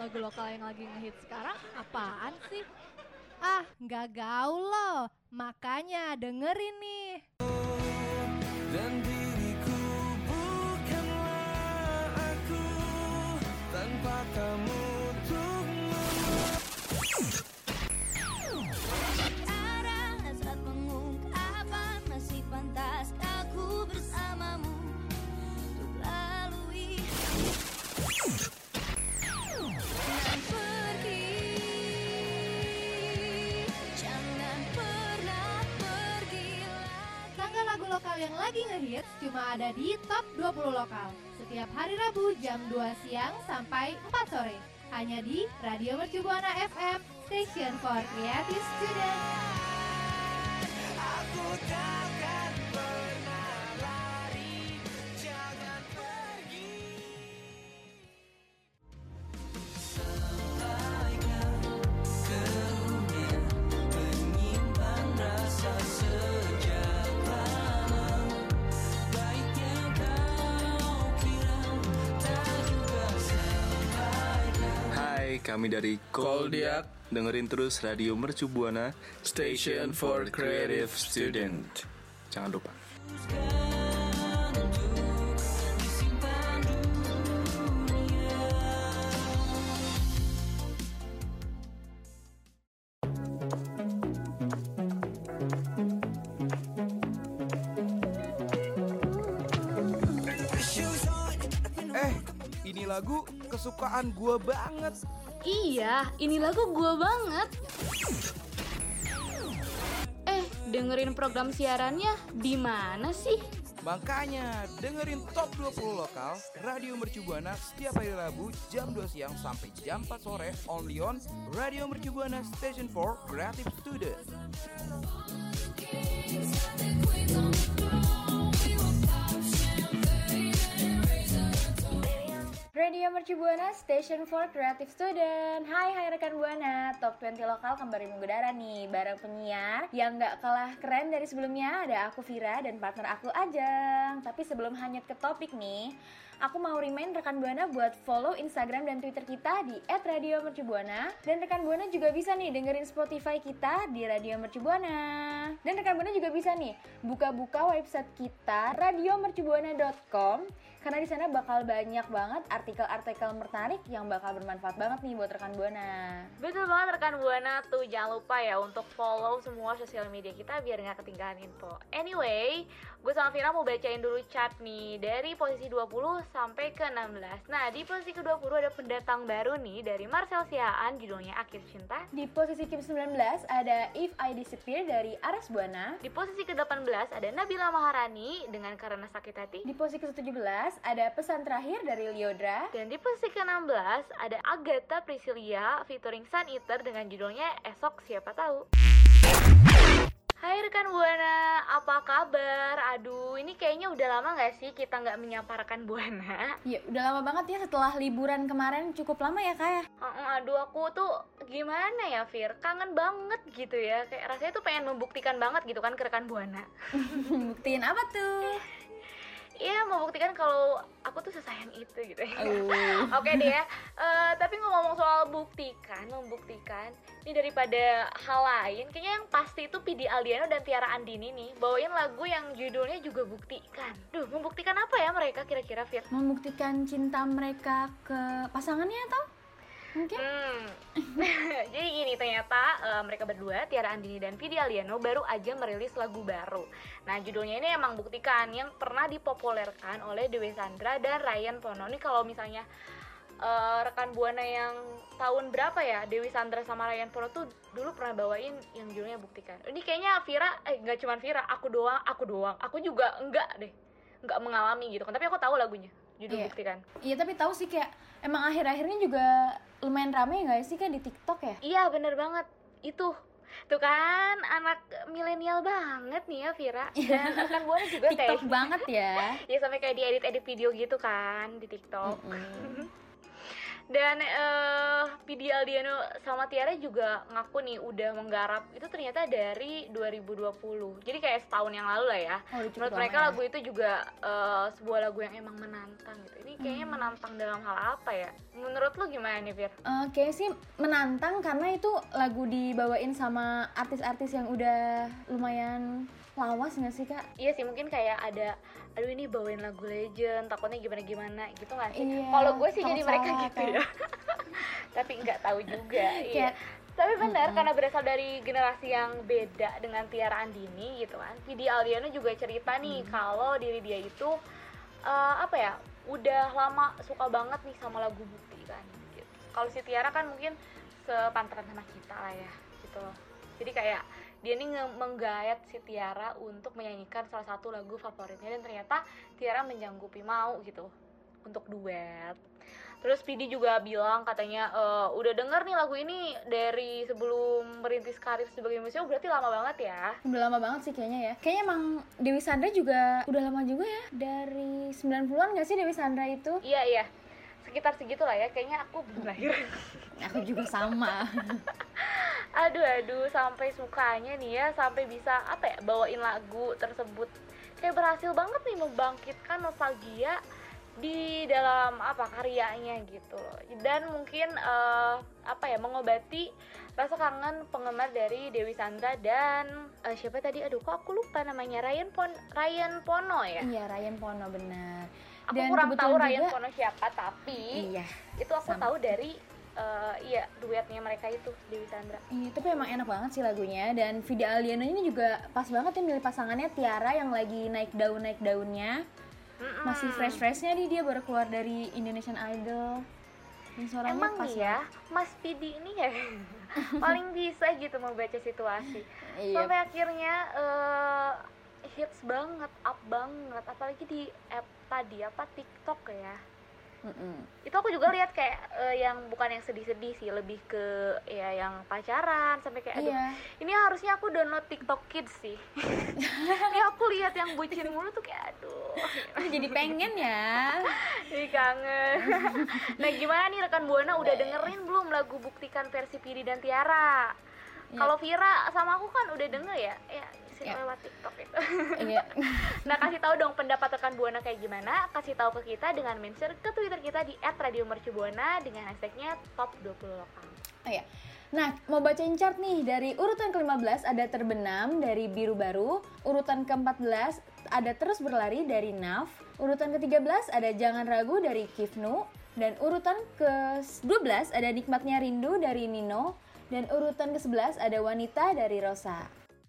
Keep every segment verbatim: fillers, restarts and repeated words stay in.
lagu lokal yang lagi ngehit sekarang apaan sih? Ah, nggak gaul loh. Makanya dengerin nih. Dan diriku bukanlah aku tanpa kamu untuk Ada saat pengungkapan masih pantas aku bersamamu untuk lalui dan pergi. Jangan pernah pergi lagi. Tanggal lagu lokal yang lagi ngehits cuma ada di Top dua puluh Lokal. Setiap hari Rabu jam dua siang sampai empat sore. Hanya di Radio Mercu Buana F M, Station for Creative Student. aku takkan pernah lari, jangan pergi. Sampaikan kerunya menyimpan rasa sejak lama. Baiknya kau kira tak juga sampaikan. Hai, kami dari Koldiak. Dengerin terus Radio Mercu Buana, Station for Creative Student. Jangan lupa. Eh, ini lagu kesukaan gua banget. Iya, ini lagu gue banget. Eh, dengerin program siarannya di mana sih? Makanya dengerin Top dua puluh Lokal Radio Mercu Buana setiap hari Rabu jam dua siang sampai jam empat sore only on Radio Mercu Buana Station for Creative Student. Radio Mercu Buana Station for Creative Student. Hai hai rekan Buana, Top dua puluh Lokal kembali mengudara nih bareng penyiar yang gak kalah keren dari sebelumnya. Ada aku Vira dan partner aku Ajeng. Tapi sebelum hanyut ke topik nih, aku mau remind rekan Buana buat follow Instagram dan Twitter kita di et radio mercu buana. Dan rekan Buana juga bisa nih dengerin Spotify kita di Radio Mercu Buana. Dan rekan Buana juga bisa nih buka-buka website kita radio mercu buana dot com. Karena di sana bakal banyak banget artikel-artikel menarik yang bakal bermanfaat banget nih buat rekan Buana. Betul banget rekan Buana, tuh jangan lupa ya untuk follow semua sosial media kita biar gak ketinggalan info. Anyway, gue sama Vira mau bacain dulu chart nih dari posisi dua puluh sampai ke enam belas. Nah, di posisi ke dua puluh ada pendatang baru nih dari Marcel Sihaan, judulnya Akhir Cinta. Di posisi ke sembilan belas ada If I Disappear dari Aras Buana. Di posisi ke delapan belas ada Nabila Maharani dengan Karena Sakit Hati. Di posisi ke tujuh belas ada Pesan Terakhir dari Liodra. Dan di posisi ke enam belas ada Agatha Priscilia featuring Sun Eater dengan judulnya Esok Siapa Tahu. Hai rekan Buana, apa kabar? Aduh, ini kayaknya udah lama gak sih kita gak menyapa rekan Buana? Ya udah lama banget ya, setelah liburan kemarin cukup lama ya Kak ya. Aduh, aku tuh gimana ya Fir, kangen banget gitu ya. Kayak rasanya tuh pengen membuktikan banget gitu kan ke rekan Buana. Buktiin apa tuh? Iya, mau buktikan kalau aku tuh sesayang itu gitu ya. Oh. Oke deh ya. Uh, tapi ngomong soal buktikan, membuktikan, ini daripada hal lain, kayaknya yang pasti itu P D Aldiano dan Tiara Andini nih bawain lagu yang judulnya juga Buktikan. Duh, membuktikan apa ya mereka kira-kira, Fir? Membuktikan cinta mereka ke pasangannya atau? Mungkin? Hmm. Jadi gini, ternyata uh, mereka berdua, Tiara Andini dan P D Aldiano, baru aja merilis lagu baru. Nah, judulnya ini emang Buktikan, yang pernah dipopulerkan oleh Dewi Sandra dan Ryan Pono. Ini kalau misalnya uh, rekan Buana yang tahun berapa ya, Dewi Sandra sama Ryan Pono tuh dulu pernah bawain yang judulnya Buktikan. Ini kayaknya Vira, eh nggak cuma Vira, aku doang, aku doang, aku juga enggak deh, enggak mengalami gitu kan. Tapi aku tahu lagunya, judul Iya. Buktikan. Iya, tapi tahu sih kayak emang akhir-akhirnya juga lumayan rame nggak sih kan di TikTok ya? Iya, bener banget. Itu tuh kan anak milenial banget nih ya Vira. Dan rekan Buana juga kayak TikTok banget ya. ya sampai kayak diedit-edit video gitu kan di TikTok. Mm-mm. Dan uh, P D Aldiano sama Tiara juga ngaku nih udah menggarap itu ternyata dari dua ribu dua puluh. Jadi kayak setahun yang lalu lah ya. Oh, Menurut mereka ya. Lagu itu juga uh, sebuah lagu yang emang menantang gitu. Ini kayaknya hmm. menantang dalam hal apa ya? Menurut menurut lu gimana nih, Fir? Uh, kayaknya sih menantang karena itu lagu dibawain sama artis-artis yang udah lumayan lawas nggak sih Kak? Iya sih, mungkin kayak ada, aduh ini bawain lagu legend, takutnya gimana-gimana gitu nggak sih? Iya, Kalau gue sih takut jadi mereka salah, gitu kan? ya. Tapi nggak tahu juga. Iya. Kayak, Tapi benar, Mm-mm. karena berasal dari generasi yang beda dengan Tiara Andini gitu kan. Vidi Aldiano juga cerita nih kalau diri dia itu uh, apa ya, udah lama suka banget nih sama lagu Bukti kan. Gitu. Kalau si Tiara kan mungkin sepantaran sama kita lah ya, gitu loh. Jadi kayak dia nih nge- menggayat si Tiara untuk menyanyikan salah satu lagu favoritnya, dan ternyata Tiara menyanggupi mau gitu untuk duet. Terus Vidi juga bilang katanya e, udah denger nih lagu ini dari sebelum merintis karir sebagai musisi, berarti lama banget ya. Udah lama banget sih kayaknya ya. Kayaknya emang Dewi Sandra juga udah lama juga ya. Dari sembilan puluhan nggak sih Dewi Sandra itu? Iya iya, sekitar segitu lah ya, kayaknya aku belum lahir. Aku juga sama. Aduh aduh, sampai sukanya nih ya, sampai bisa apa ya, bawain lagu tersebut. Kayak berhasil banget nih membangkitkan nostalgia di dalam apa karyanya gitu loh. Dan mungkin uh, apa ya, mengobati rasa kangen penggemar dari Dewi Sandra dan uh, siapa tadi, aduh kok aku lupa namanya, Ryan Pon Ryan Pono ya. Iya, Ryan Pono benar. Aku Dan kurang tahu kebetulan Ryan juga- Pono siapa, tapi Iya. itu aku sama. tahu dari uh, iya duetnya mereka itu, Dewi Sandra. Iya, tapi emang enak banget sih lagunya. Dan Vidi Aldiano ini juga pas banget ya milih pasangannya Tiara yang lagi naik daun-naik daunnya. Mm-mm. Masih fresh-freshnya nih, dia baru keluar dari Indonesian Idol. Dan suaranya Emang pas nih ya, Mas Vidi ini ya paling bisa gitu membaca situasi. Iya. Sampai akhirnya uh, hits banget, up banget, apalagi di app tadi apa TikTok ya. Mm-mm. Itu aku juga lihat kayak uh, yang bukan yang sedih-sedih sih, lebih ke ya yang pacaran, sampai kayak aduh, Iya. ini harusnya aku download TikTok Kids sih. Ini aku lihat yang bucin mulu tuh kayak aduh. Jadi pengen ya. Jadi kangen. Nah gimana nih rekan Buana, udah dengerin belum lagu Buktikan versi Vidi dan Tiara? Ya. Kalau Vira sama aku kan udah denger ya, ya sih Ya. lewat TikTok itu. Iya. Nah kasih tahu dong pendapat rekan Buana kayak gimana? Kasih tahu ke kita dengan mention ke Twitter kita di et radio mercubuana dengan hashtagnya top dua puluh lokal. Oh ya. Nah, mau bacain chart nih. Dari urutan kelima belas ada Terbenam dari Biru Baru. Urutan keempat belas ada Terus Berlari dari Naf. Urutan ketiga belas ada Jangan Ragu dari Kifnu. Dan urutan ke dua belas ada Nikmatnya Rindu dari Nino. Dan urutan ke sebelas ada Wanita dari Rosa.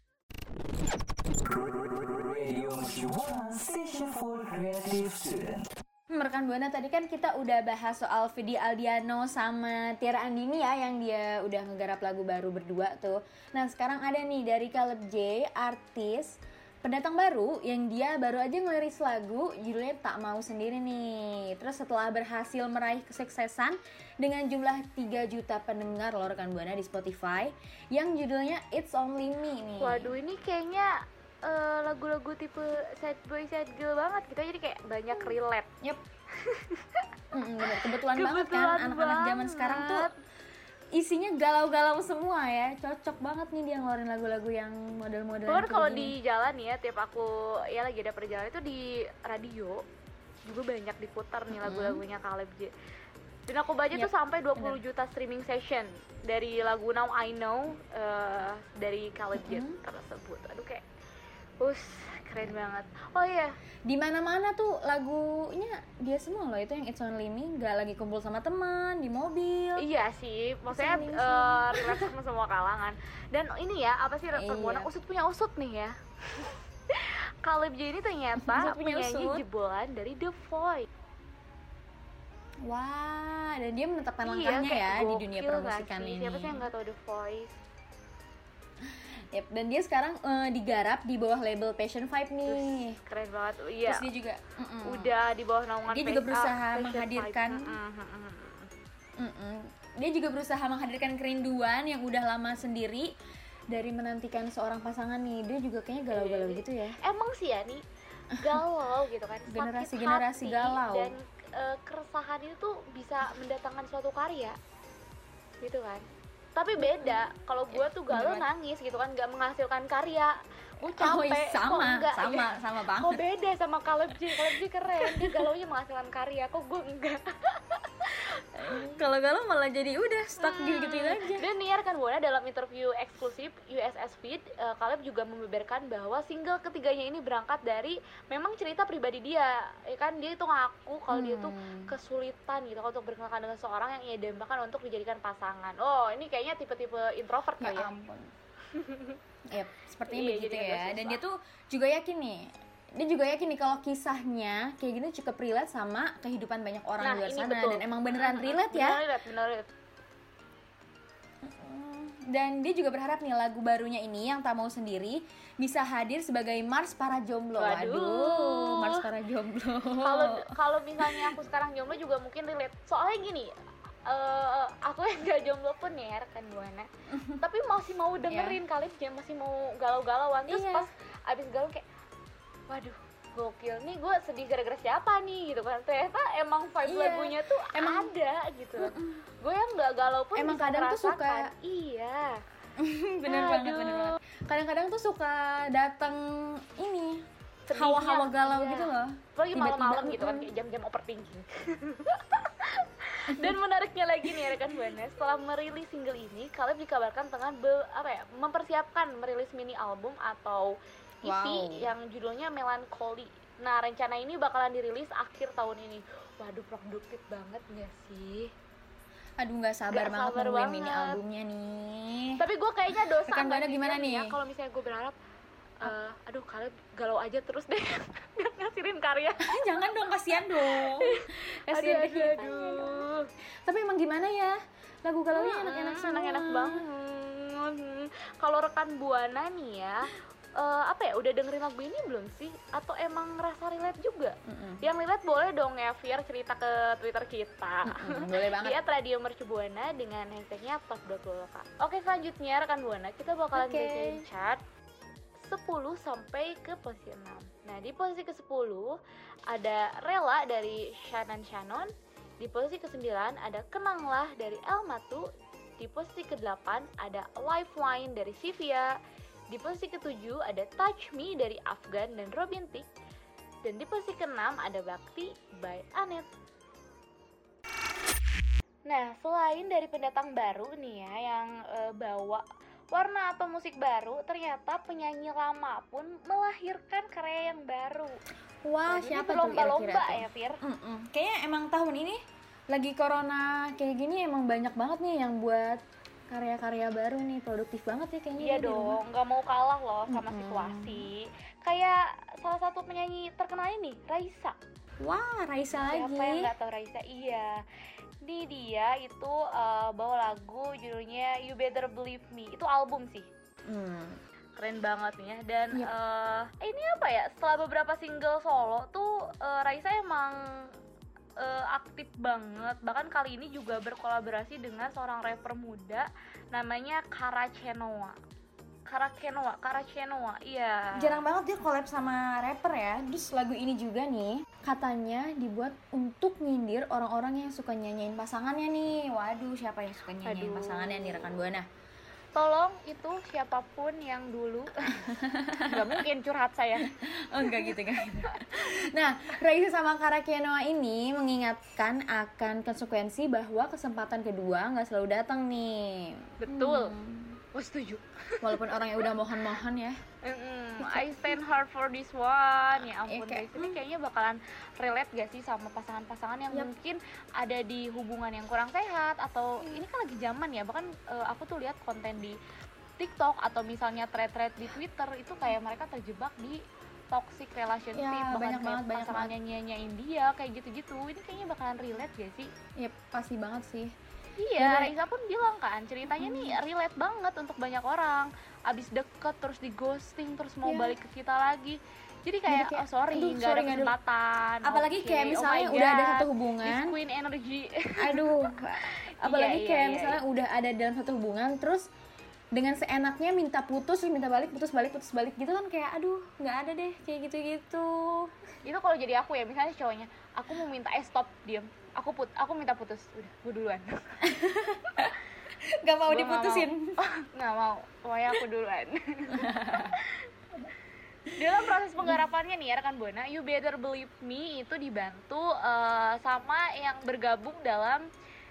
Hmm, rekan Buana, tadi kan kita udah bahas soal Vidi Aldiano sama Tiara Andini ya, yang dia udah ngegarap lagu baru berdua tuh. Nah sekarang ada nih dari Caleb J, artis pendatang baru yang dia baru aja ngeliris lagu judulnya Tak Mau Sendiri nih. Terus setelah berhasil meraih kesuksesan dengan jumlah tiga juta pendengar loh rekan Buana di Spotify, yang judulnya It's Only Me nih. Waduh ini kayaknya uh, lagu-lagu tipe sad boy sad girl banget gitu, jadi kayak banyak relate. Yep. Mm-mm, bener. Kebetulan, banget kan Kebetulan anak-anak zaman banget. sekarang tuh isinya galau-galau semua ya. Cocok banget nih dia ngeluarin lagu-lagu yang model-model. Bahkan kalau di jalan nih ya, tiap aku ya lagi ada perjalanan itu di radio juga banyak diputar nih lagu-lagunya Caleb J. Dan aku baca Yep, tuh sampai dua puluh bener. juta streaming session dari lagu Now I Know uh, dari Caleb J Mm-mm. tersebut. Aduh kayak us keren banget. Oh iya, Di mana-mana tuh lagunya dia semua loh, itu yang It's Only Me, nggak lagi kumpul sama teman di mobil. iya sih, maksudnya Sering uh, relate sama semua kalangan. Dan ini ya, apa sih Iya. Buana, usut punya usut nih ya. Caleb J ini ternyata Usut punya penyanyi usut. jebolan dari The Voice. Wah, dan dia menetapkan Iya, langkahnya kayak ya di gokil dunia nggak permusikan sih? ini. Siapa sih yang nggak tahu The Voice? Yep, dan dia sekarang eh, digarap di bawah label Passion Five nih. Keren banget, iya. Terus dia juga mm-mm. Udah di bawah naungan Dia P- juga berusaha ah, Passion menghadirkan- Five. Mm, mm, mm, mm. Mm-mm. Dia juga berusaha menghadirkan kerinduan yang udah lama sendiri dari menantikan seorang pasangan nih. Dia juga kayaknya galau-galau Iya. gitu ya. Emang sih ya nih galau gitu kan, sakit Generasi-generasi hati, galau. dan eh, keresahan itu tuh bisa mendatangkan suatu karya gitu kan. Tapi beda, kalau gue tuh galau bener banget. nangis gitu kan, nggak menghasilkan karya. Gue capek, Oh, iya, sama, kok enggak sama, ya? sama Kok banget. beda sama Caleb J, Caleb J keren, dia galaunya menghasilkan karya, kok gue enggak. Kalau galau malah jadi udah stuck Hmm. gitu-gitu aja. Dan nih ya rekan Buana, dalam interview eksklusif U S S Feed, uh, Caleb juga membeberkan bahwa single ketiganya ini berangkat dari memang cerita pribadi dia. Ya kan, dia itu ngaku kalau dia tuh Hmm. kesulitan gitu untuk berkenalan dengan seorang yang ia dambakan untuk dijadikan pasangan. Oh, ini kayaknya tipe-tipe introvert Ya kali ya. ampun. Yap, sepertinya Iya, begitu jadi agak ya. Dan susah. dia tuh juga yakin nih. Dia juga yakin nih kalau kisahnya kayak gini cukup relate sama kehidupan banyak orang Nah, di luar ini sana, betul. dan emang beneran relate ya. Bener relate, bener relate. Dan dia juga berharap nih lagu barunya ini yang Tak Mau Sendiri bisa hadir sebagai Mars para jomblo. Waduh. Waduh, Mars para jomblo. Kalau kalau misalnya aku sekarang jomblo juga mungkin relate. Soalnya gini, eh aku yang gak jomblo pun ya rekan Buana, tapi masih mau dengerin kali dia masih mau galau-galauan. Terus Iya. pas abis galau kayak, waduh gokil nih, gue sedih gara-gara siapa nih gitu kan. Ternyata emang vibe Iya. lagunya tuh Emang- ada gitu. Gue yang gak galau pun Emang bisa kadang tuh suka- merasakan. Iya. bener banget, bener Aduh. banget. Kadang-kadang tuh suka datang ini Sedihnya, hawa-hawa galau iya. gitu loh. Apalagi Tiba-tiba, malam-malam gitu kan, mm-mm. kayak jam-jam overthinking. Dan menariknya lagi nih rekan Buana, setelah merilis single ini, Caleb dikabarkan tengah be- apa ya, mempersiapkan merilis mini album atau E P Wow. yang judulnya Melancholy. Nah, rencana ini bakalan dirilis akhir tahun ini. Waduh, produktif banget gak sih? Aduh, nggak sabar Nggak banget sabar nungguin mini banget. albumnya nih. Tapi gue kayaknya dosa Rekan sama Buana diri gimana gue nih? ya, kalau misalnya gue berharap eh, aduh Caleb galau aja terus deh nggak ngasihin karya. Jangan dong, kasihan dong. Kasihan Aduh, ke aduh, kitanya aduh. dong. Tapi emang gimana ya? Lagu galaunya Hmm, enak-enak semua. enak-enak banget. Hmm, Kalau rekan Buana nih ya, eh, apa ya, udah dengerin lagu ini belum sih? Atau emang ngerasa relate juga? Mm-mm. Yang relate boleh dong ya, Fir, cerita ke Twitter kita. Mm-mm, boleh banget. Lihat Radio Mercu Buana dengan hashtagnya top dua puluh lokal. Oke, selanjutnya rekan Buana, kita bakalan Oke. bacain chart sepuluh sampai ke posisi enam. Nah, di posisi ke sepuluh ada Rela dari Shannon Shannon. Di posisi ke sembilan ada Kenanglah dari Elmatu. Di posisi ke delapan ada Lifeline dari Sivia. Di posisi ke tujuh ada Touch Me dari Afgan dan Robin Thicke. Dan di posisi ke enam ada Bakti by Anet. Nah, selain dari pendatang baru nih ya yang eh, bawa warna atau musik baru, ternyata penyanyi lama pun melahirkan karya yang baru. Wah, Waduh, siapa ini tuh lomba-lomba kira-kira tuh? ya, Fir? Mm-mm. Kayaknya emang tahun ini lagi corona kayak gini emang banyak banget nih yang buat karya-karya baru nih, produktif banget ya kayaknya. Iya dia di rumah. dong, nggak mau kalah loh sama Mm-mm. situasi. Kayak salah satu penyanyi terkenal ini, Raisa. Wah, Raisa lagi. Siapa yang nggak tahu Raisa? Iya. Ini dia itu eh, bawa lagu judulnya You Better Believe Me. Itu album sih. Hmm. Keren banget nih ya. Dan Yep. eh, ini apa ya, setelah beberapa single solo tuh eh, Raisa emang eh, aktif banget. Bahkan kali ini juga berkolaborasi dengan seorang rapper muda namanya Kara Chenoa. Kara Chenoa, Kara Chenoa, iya. Jarang banget dia collab sama rapper ya. Terus lagu ini juga nih katanya dibuat untuk nyindir orang-orang yang suka nyanyiin pasangannya nih. Waduh, siapa yang suka nyanyiin Aduh. pasangannya nih rekan Buana? Tolong itu siapapun yang dulu nggak mungkin curhat saya. Oh enggak gitu, enggak gitu. Nah, Raisa sama Kara Chenoa ini mengingatkan akan konsekuensi bahwa kesempatan kedua nggak selalu datang nih. Betul. Hmm. Oh, setuju. Walaupun orang yang udah mohon-mohon ya. Mm-mm, I stand hard for this one. Ya ampun, Ya, guys, kayak, ini kayaknya bakalan relate gak sih sama pasangan-pasangan yang Yap. mungkin ada di hubungan yang kurang sehat, atau ini kan lagi zaman ya, bahkan eh, aku tuh lihat konten di TikTok atau misalnya thread-thread di Twitter itu kayak mereka terjebak di toxic relationship, Ya, bahkan banyak kayak banget, banyak pasangannya nyanyain dia kayak gitu-gitu. Ini kayaknya bakalan relate gak sih? Ya pasti banget sih. Iya, Bener. Raisa pun bilang kan, ceritanya nih relate banget untuk banyak orang. Abis deket, terus di ghosting, terus mau Iya. balik ke kita lagi. Jadi kayak, Jadi kayak, oh sorry, aduh, nggak sorry, ada nggak ada- kesempatan. Apalagi Oke, kayak oh misalnya my udah ada God, satu this hubungan. queen energy. Aduh, apalagi Iya, kayak iya, misalnya udah ada dalam satu hubungan terus dengan seenaknya minta putus, terus minta balik, putus balik, putus balik gitu kan kayak aduh, nggak ada deh kayak gitu-gitu. Itu kalau jadi aku ya, misalnya cowoknya, aku mau minta eh stop, diam. Aku put, aku minta putus. Udah, gue duluan. Gak mau Gua nggak diputusin. Nggak mau, pokoknya aku duluan. Dalam proses penggarapannya nih ya rekan Buana, You Better Believe Me itu dibantu uh, sama yang bergabung dalam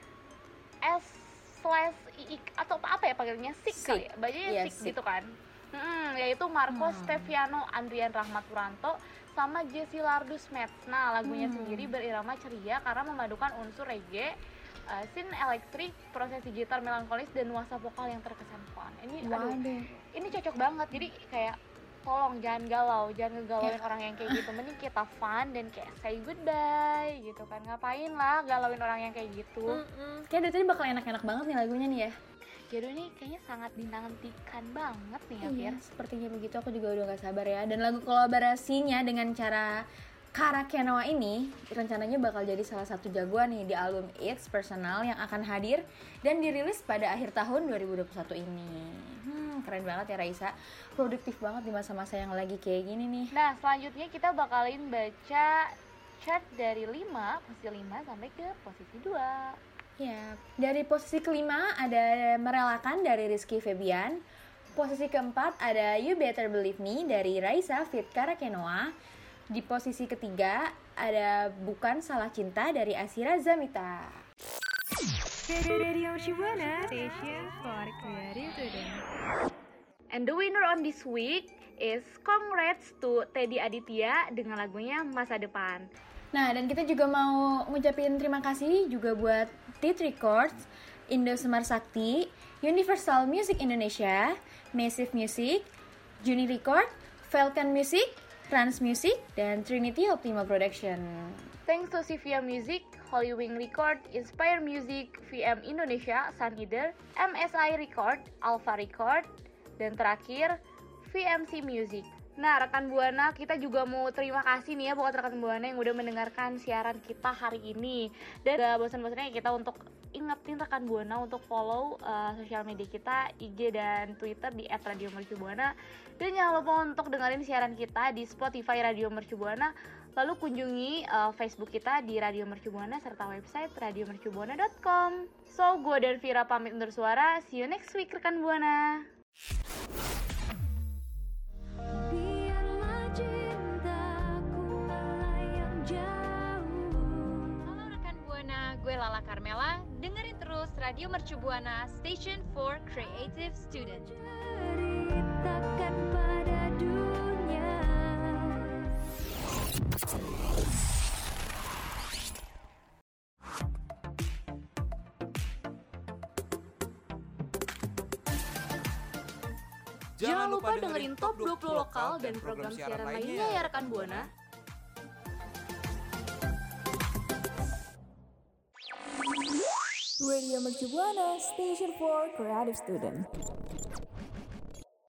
S slash I atau apa ya panggilnya Sik kali ya, bacanya Iya, Sik Sik. gitu kan. Hmm, yaitu Marco Hmm. Steviano, Andrian Rahmat Puranto, sama Jesse Lardus Mets. Nah, lagunya Hmm. sendiri berirama ceria karena memadukan unsur reggae, uh, synth elektrik, prosesi gitar melankolis dan nuansa vokal yang terkesan fun. Ini aduh, Waduh. ini cocok banget. Jadi kayak tolong jangan galau, jangan ngegalauin Ya. orang yang kayak gitu. Mending kita fun dan kayak say goodbye gitu kan. Ngapain lah galauin orang yang kayak gitu. Mm-mm. Kayak dari tadi bakal enak-enak banget nih lagunya nih ya. Jadi ini kayaknya sangat dinantikan banget nih ya, Iya, Fir. sepertinya begitu. Aku juga udah gak sabar ya. Dan lagu kolaborasinya dengan cara Kara Kenoa ini rencananya bakal jadi salah satu jagoan nih di album It's Personal yang akan hadir dan dirilis pada akhir tahun dua ribu dua puluh satu ini. Hmm, keren banget ya Raisa. Produktif banget di masa-masa yang lagi kayak gini nih. Nah, selanjutnya kita bakalin baca chart dari lima, posisi lima sampai ke posisi dua. Ya, dari posisi kelima ada Merelakan dari Rizky Febian. Posisi keempat ada You Better Believe Me dari Raisa Fit Kara Kenoa. Di posisi ketiga ada Bukan Salah Cinta dari Asira Zamita. Radio Shibuana, Station for Creative Student. And the winner on this week is congrats to Teddy Aditya dengan lagunya Masa Depan. Nah, dan kita juga mau ngucapin terima kasih juga buat Tit Records, Indo Semar Sakti, Universal Music Indonesia, Massive Music, Juni Record, Falcon Music, Trans Music, dan Trinity Optima Production. Thanks to Sivia Music, Holy Wing Record, Inspire Music, V M Indonesia, Sun Eater, M S I Record, Alpha Record, dan terakhir V M C Music. Nah, rekan Buana, kita juga mau terima kasih nih ya buat rekan Buana yang udah mendengarkan siaran kita hari ini. Dan gak bosan-bosannya kita untuk ingetin rekan Buana untuk follow uh, sosial media kita, I G dan Twitter di et radio mercu buana. Dan jangan lupa untuk dengerin siaran kita di Spotify Radio Mercu Buana. Lalu kunjungi uh, Facebook kita di Radio Mercu Buana serta website radio mercu buana dot com. So, gue dan Vira pamit undur suara. See you next week rekan Buana. Biarlah cintaku melayang jauh. Halo rekan Buana, gue Lala Carmela. Dengerin terus Radio Mercu Buana, Station for Creative Student. Ceritakan pada dunia. Jangan lupa dengerin Top dua puluh Lokal dan program siaran lainnya ya rekan Buana. Radio Mercu Buana, Station for Creative Student.